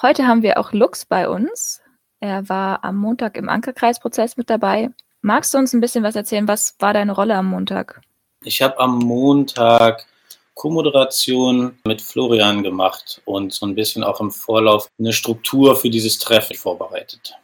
Heute haben wir auch Lux bei uns. Er war am Montag im Ankerkreisprozess mit dabei. Magst du uns ein bisschen was erzählen? Was war deine Rolle am Montag? Ich habe am Montag Co-Moderation mit Florian gemacht und so ein bisschen auch im Vorlauf eine Struktur für dieses Treffen vorbereitet.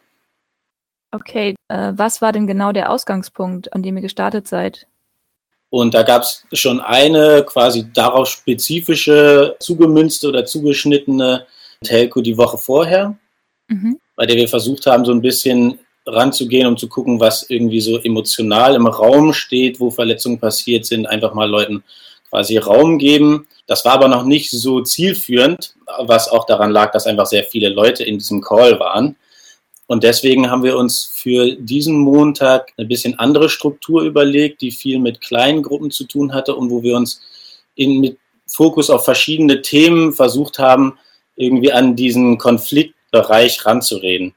Okay, was war denn genau der Ausgangspunkt, an dem ihr gestartet seid? Und da gab es schon eine quasi darauf spezifische, zugemünzte oder zugeschnittene Telco die Woche vorher, bei der wir versucht haben, so ein bisschen ranzugehen, um zu gucken, was irgendwie so emotional im Raum steht, wo Verletzungen passiert sind, einfach mal Leuten quasi Raum geben. Das war aber noch nicht so zielführend, was auch daran lag, dass einfach sehr viele Leute in diesem Call waren. Und deswegen haben wir uns für diesen Montag eine bisschen andere Struktur überlegt, die viel mit kleinen Gruppen zu tun hatte und wo wir uns mit Fokus auf verschiedene Themen versucht haben, irgendwie an diesen Konfliktbereich ranzureden.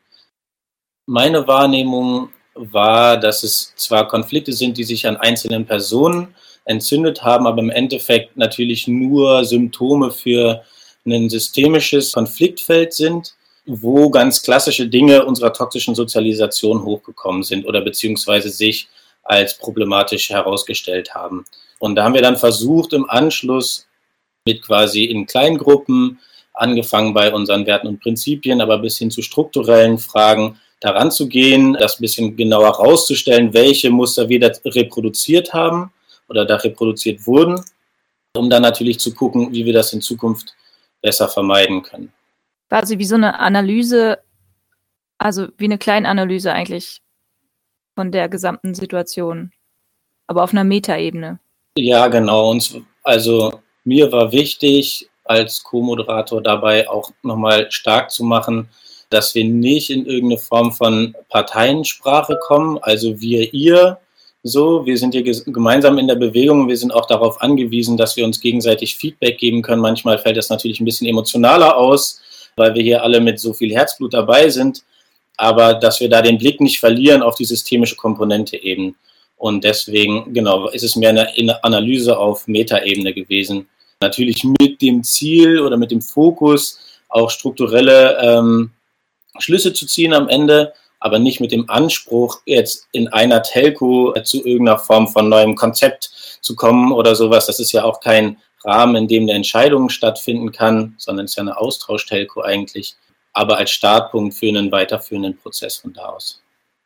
Meine Wahrnehmung war, dass es zwar Konflikte sind, die sich an einzelnen Personen entzündet haben, aber im Endeffekt natürlich nur Symptome für ein systemisches Konfliktfeld sind, wo ganz klassische Dinge unserer toxischen Sozialisation hochgekommen sind oder beziehungsweise sich als problematisch herausgestellt haben. Und da haben wir dann versucht, im Anschluss mit quasi in Kleingruppen, angefangen bei unseren Werten und Prinzipien, aber bis hin zu strukturellen Fragen, daran zu gehen, das ein bisschen genauer herauszustellen, welche Muster wir da reproduziert haben oder da reproduziert wurden, um dann natürlich zu gucken, wie wir das in Zukunft besser vermeiden können. Quasi wie so eine Analyse, also wie eine Kleinanalyse eigentlich von der gesamten Situation, aber auf einer Metaebene. Ja, genau. Und also mir war wichtig, als Co-Moderator dabei auch nochmal stark zu machen, dass wir nicht in irgendeine Form von Parteiensprache kommen, also wir, ihr, so, wir sind hier gemeinsam in der Bewegung, wir sind auch darauf angewiesen, dass wir uns gegenseitig Feedback geben können. Manchmal fällt das natürlich ein bisschen emotionaler aus, weil wir hier alle mit so viel Herzblut dabei sind, aber dass wir da den Blick nicht verlieren auf die systemische Komponente eben. Und deswegen, genau, ist es mehr eine Analyse auf Metaebene gewesen. Natürlich mit dem Ziel oder mit dem Fokus, auch strukturelle Schlüsse zu ziehen am Ende, aber nicht mit dem Anspruch, jetzt in einer Telco zu irgendeiner Form von neuem Konzept zu kommen oder sowas. Das ist ja auch kein Rahmen, in dem eine Entscheidung stattfinden kann, sondern es ist ja eine Austausch-Telco eigentlich, aber als Startpunkt für einen weiterführenden Prozess von da aus.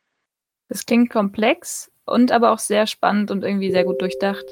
Das klingt komplex und aber auch sehr spannend und irgendwie sehr gut durchdacht.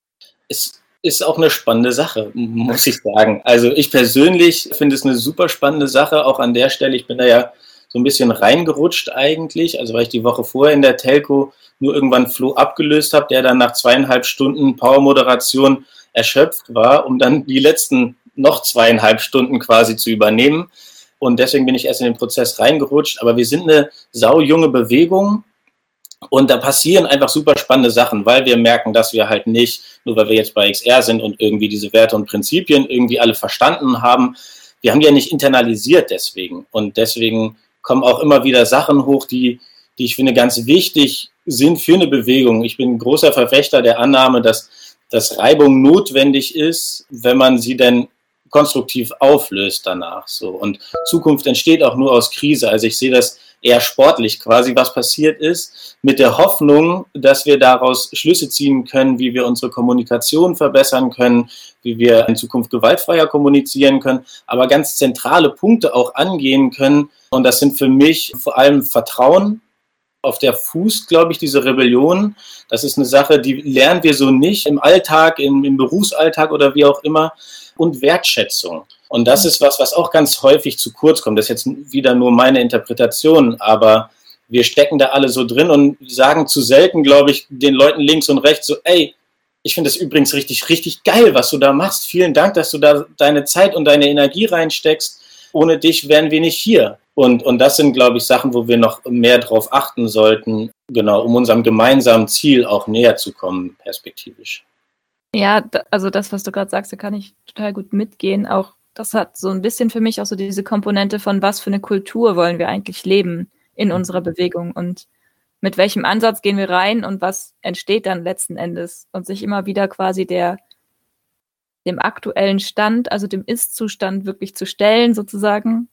Es ist auch eine spannende Sache, muss ich sagen. Also ich persönlich finde es eine super spannende Sache, auch an der Stelle. Ich bin da ja so ein bisschen reingerutscht eigentlich, also weil ich die Woche vorher in der Telco nur irgendwann Flo abgelöst habe, der dann nach 2,5 Stunden Power-Moderation erschöpft war, um dann die letzten noch 2,5 Stunden quasi zu übernehmen. Und deswegen bin ich erst in den Prozess reingerutscht. Aber wir sind eine saujunge Bewegung. Und da passieren einfach super spannende Sachen, weil wir merken, dass wir halt nicht, nur weil wir jetzt bei XR sind und irgendwie diese Werte und Prinzipien irgendwie alle verstanden haben, wir haben die ja nicht internalisiert deswegen. Und deswegen kommen auch immer wieder Sachen hoch, die ich finde ganz wichtig sind für eine Bewegung. Ich bin ein großer Verfechter der Annahme, dass Reibung notwendig ist, wenn man sie denn konstruktiv auflöst danach. So. Und Zukunft entsteht auch nur aus Krise. Also ich sehe das eher sportlich quasi, was passiert ist, mit der Hoffnung, dass wir daraus Schlüsse ziehen können, wie wir unsere Kommunikation verbessern können, wie wir in Zukunft gewaltfreier kommunizieren können, aber ganz zentrale Punkte auch angehen können. Und das sind für mich vor allem Vertrauen, auf der fußt, glaube ich, diese Rebellion. Das ist eine Sache, die lernen wir so nicht im Alltag, im Berufsalltag oder wie auch immer. Und Wertschätzung. Und das ist was auch ganz häufig zu kurz kommt. Das ist jetzt wieder nur meine Interpretation, aber wir stecken da alle so drin und sagen zu selten, glaube ich, den Leuten links und rechts so, ey, ich finde das übrigens richtig, richtig geil, was du da machst. Vielen Dank, dass du da deine Zeit und deine Energie reinsteckst. Ohne dich wären wir nicht hier. Und das sind, glaube ich, Sachen, wo wir noch mehr drauf achten sollten, genau, um unserem gemeinsamen Ziel auch näher zu kommen, perspektivisch. Ja, also das, was du gerade sagst, da kann ich total gut mitgehen. Auch das hat so ein bisschen für mich auch so diese Komponente von, was für eine Kultur wollen wir eigentlich leben in unserer Bewegung und mit welchem Ansatz gehen wir rein und was entsteht dann letzten Endes und sich immer wieder quasi dem aktuellen Stand, also dem Ist-Zustand wirklich zu stellen sozusagen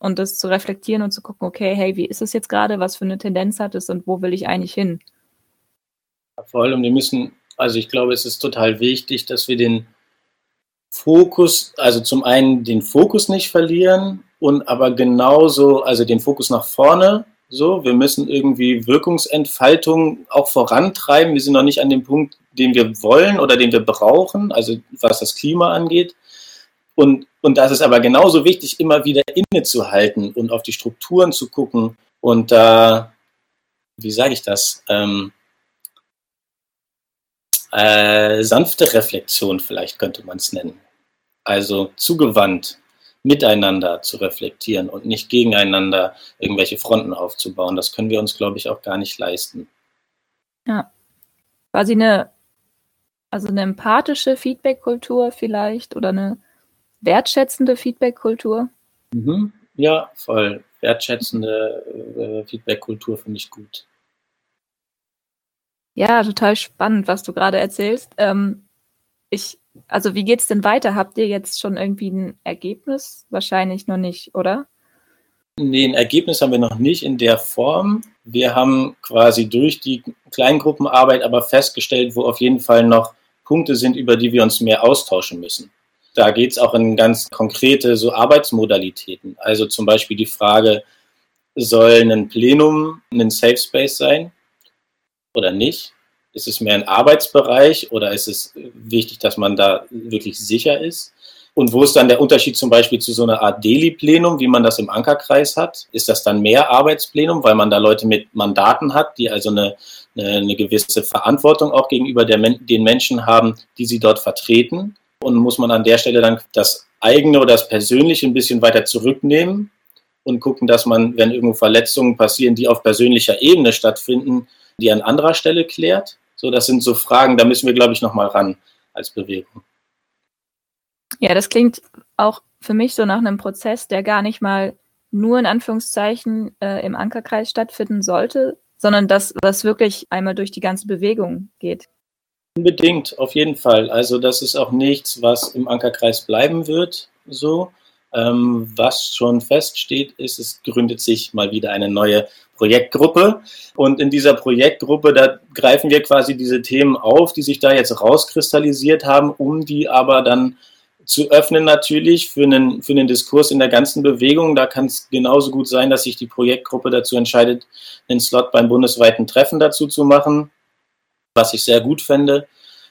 und das zu reflektieren und zu gucken, okay, hey, wie ist es jetzt gerade, was für eine Tendenz hat es und wo will ich eigentlich hin? Vor allem, ich glaube, es ist total wichtig, dass wir den Fokus, also zum einen den Fokus nicht verlieren und aber genauso, also den Fokus nach vorne. So, wir müssen irgendwie Wirkungsentfaltung auch vorantreiben. Wir sind noch nicht an dem Punkt, den wir wollen oder den wir brauchen, also was das Klima angeht. Und das ist aber genauso wichtig, immer wieder innezuhalten und auf die Strukturen zu gucken und da, wie sage ich das, sanfte Reflexion vielleicht könnte man es nennen. Also zugewandt miteinander zu reflektieren und nicht gegeneinander irgendwelche Fronten aufzubauen. Das können wir uns, glaube ich, auch gar nicht leisten. Ja, quasi eine empathische Feedback-Kultur vielleicht oder eine wertschätzende Feedback-Kultur. Ja, voll. Wertschätzende Feedback-Kultur finde ich gut. Ja, total spannend, was du gerade erzählst. Wie geht's denn weiter? Habt ihr jetzt schon irgendwie ein Ergebnis? Wahrscheinlich noch nicht, oder? Nee, ein Ergebnis haben wir noch nicht in der Form. Wir haben quasi durch die Kleingruppenarbeit aber festgestellt, wo auf jeden Fall noch Punkte sind, über die wir uns mehr austauschen müssen. Da geht es auch in ganz konkrete so Arbeitsmodalitäten. Also zum Beispiel die Frage, soll ein Plenum ein Safe Space sein oder nicht? Ist es mehr ein Arbeitsbereich oder ist es wichtig, dass man da wirklich sicher ist? Und wo ist dann der Unterschied zum Beispiel zu so einer Art Daily-Plenum, wie man das im Ankerkreis hat? Ist das dann mehr Arbeitsplenum, weil man da Leute mit Mandaten hat, die also eine gewisse Verantwortung auch gegenüber den Menschen haben, die sie dort vertreten? Und muss man an der Stelle dann das eigene oder das Persönliche ein bisschen weiter zurücknehmen und gucken, dass man, wenn irgendwo Verletzungen passieren, die auf persönlicher Ebene stattfinden, die an anderer Stelle klärt? So, das sind so Fragen, da müssen wir, glaube ich, nochmal ran als Bewegung. Ja, das klingt auch für mich so nach einem Prozess, der gar nicht mal nur in Anführungszeichen im Ankerkreis stattfinden sollte, sondern das, was wirklich einmal durch die ganze Bewegung geht. Unbedingt, auf jeden Fall. Also das ist auch nichts, was im Ankerkreis bleiben wird. So, was schon feststeht, ist, es gründet sich mal wieder eine neue Projektgruppe. Und in dieser Projektgruppe, da greifen wir quasi diese Themen auf, die sich da jetzt rauskristallisiert haben, um die aber dann zu öffnen natürlich für einen Diskurs in der ganzen Bewegung. Da kann es genauso gut sein, dass sich die Projektgruppe dazu entscheidet, einen Slot beim bundesweiten Treffen dazu zu machen, was ich sehr gut fände.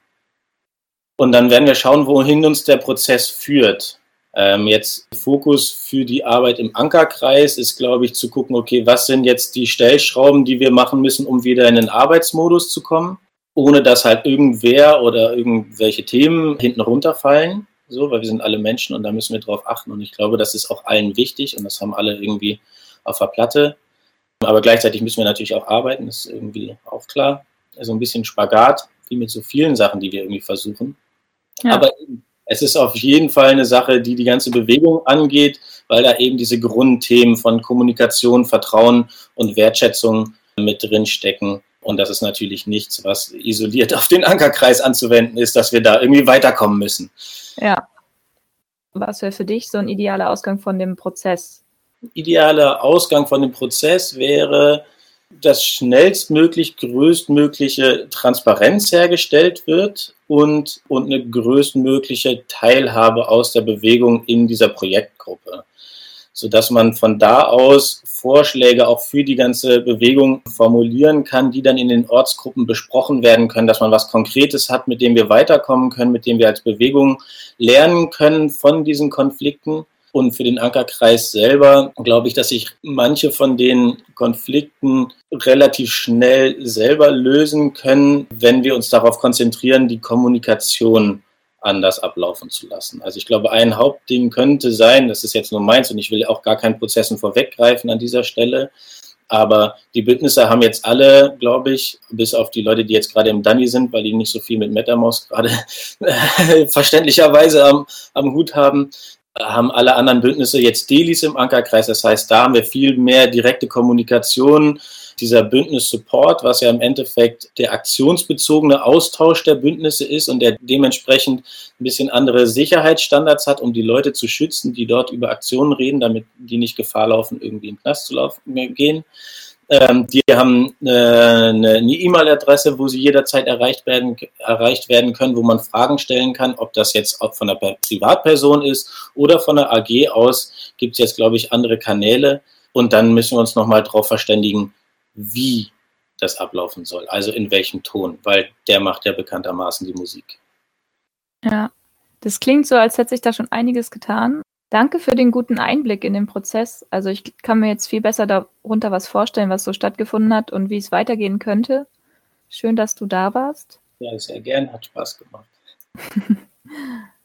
Und dann werden wir schauen, wohin uns der Prozess führt. Jetzt Fokus für die Arbeit im Ankerkreis ist, glaube ich, zu gucken, okay, was sind jetzt die Stellschrauben, die wir machen müssen, um wieder in den Arbeitsmodus zu kommen, ohne dass halt irgendwer oder irgendwelche Themen hinten runterfallen, so, weil wir sind alle Menschen und da müssen wir drauf achten. Und ich glaube, das ist auch allen wichtig und das haben alle irgendwie auf der Platte. Aber gleichzeitig müssen wir natürlich auch arbeiten, das ist irgendwie auch klar. Also ein bisschen Spagat, wie mit so vielen Sachen, die wir irgendwie versuchen. Ja. Aber es ist auf jeden Fall eine Sache, die die ganze Bewegung angeht, weil da eben diese Grundthemen von Kommunikation, Vertrauen und Wertschätzung mit drin stecken. Und das ist natürlich nichts, was isoliert auf den Ankerkreis anzuwenden ist, dass wir da irgendwie weiterkommen müssen. Ja. Was wäre für dich so ein idealer Ausgang von dem Prozess? Idealer Ausgang von dem Prozess wäre, dass schnellstmöglich größtmögliche Transparenz hergestellt wird und eine größtmögliche Teilhabe aus der Bewegung in dieser Projektgruppe, sodass man von da aus Vorschläge auch für die ganze Bewegung formulieren kann, die dann in den Ortsgruppen besprochen werden können, dass man was Konkretes hat, mit dem wir weiterkommen können, mit dem wir als Bewegung lernen können von diesen Konflikten. Und für den Ankerkreis selber glaube ich, dass sich manche von den Konflikten relativ schnell selber lösen können, wenn wir uns darauf konzentrieren, die Kommunikation anders ablaufen zu lassen. Also ich glaube, ein Hauptding könnte sein, das ist jetzt nur meins und ich will auch gar keinen Prozessen vorweggreifen an dieser Stelle, aber die Bündnisse haben jetzt alle, glaube ich, bis auf die Leute, die jetzt gerade im Dunny sind, weil die nicht so viel mit MetaMouse gerade verständlicherweise am Hut haben, haben alle anderen Bündnisse jetzt Delis im Ankerkreis. Das heißt, da haben wir viel mehr direkte Kommunikation. Dieser Bündnis-Support, was ja im Endeffekt der aktionsbezogene Austausch der Bündnisse ist und der dementsprechend ein bisschen andere Sicherheitsstandards hat, um die Leute zu schützen, die dort über Aktionen reden, damit die nicht Gefahr laufen, irgendwie in den Knast zu gehen. Die haben eine E-Mail-Adresse, wo sie jederzeit erreicht werden können, wo man Fragen stellen kann, ob das jetzt auch von einer Privatperson ist oder von der AG aus, gibt es jetzt, glaube ich, andere Kanäle. Und dann müssen wir uns nochmal darauf verständigen, wie das ablaufen soll, also in welchem Ton, weil der macht ja bekanntermaßen die Musik. Ja, das klingt so, als hätte sich da schon einiges getan. Danke für den guten Einblick in den Prozess. Also ich kann mir jetzt viel besser darunter was vorstellen, was so stattgefunden hat und wie es weitergehen könnte. Schön, dass du da warst. Ja, sehr gern, hat Spaß gemacht.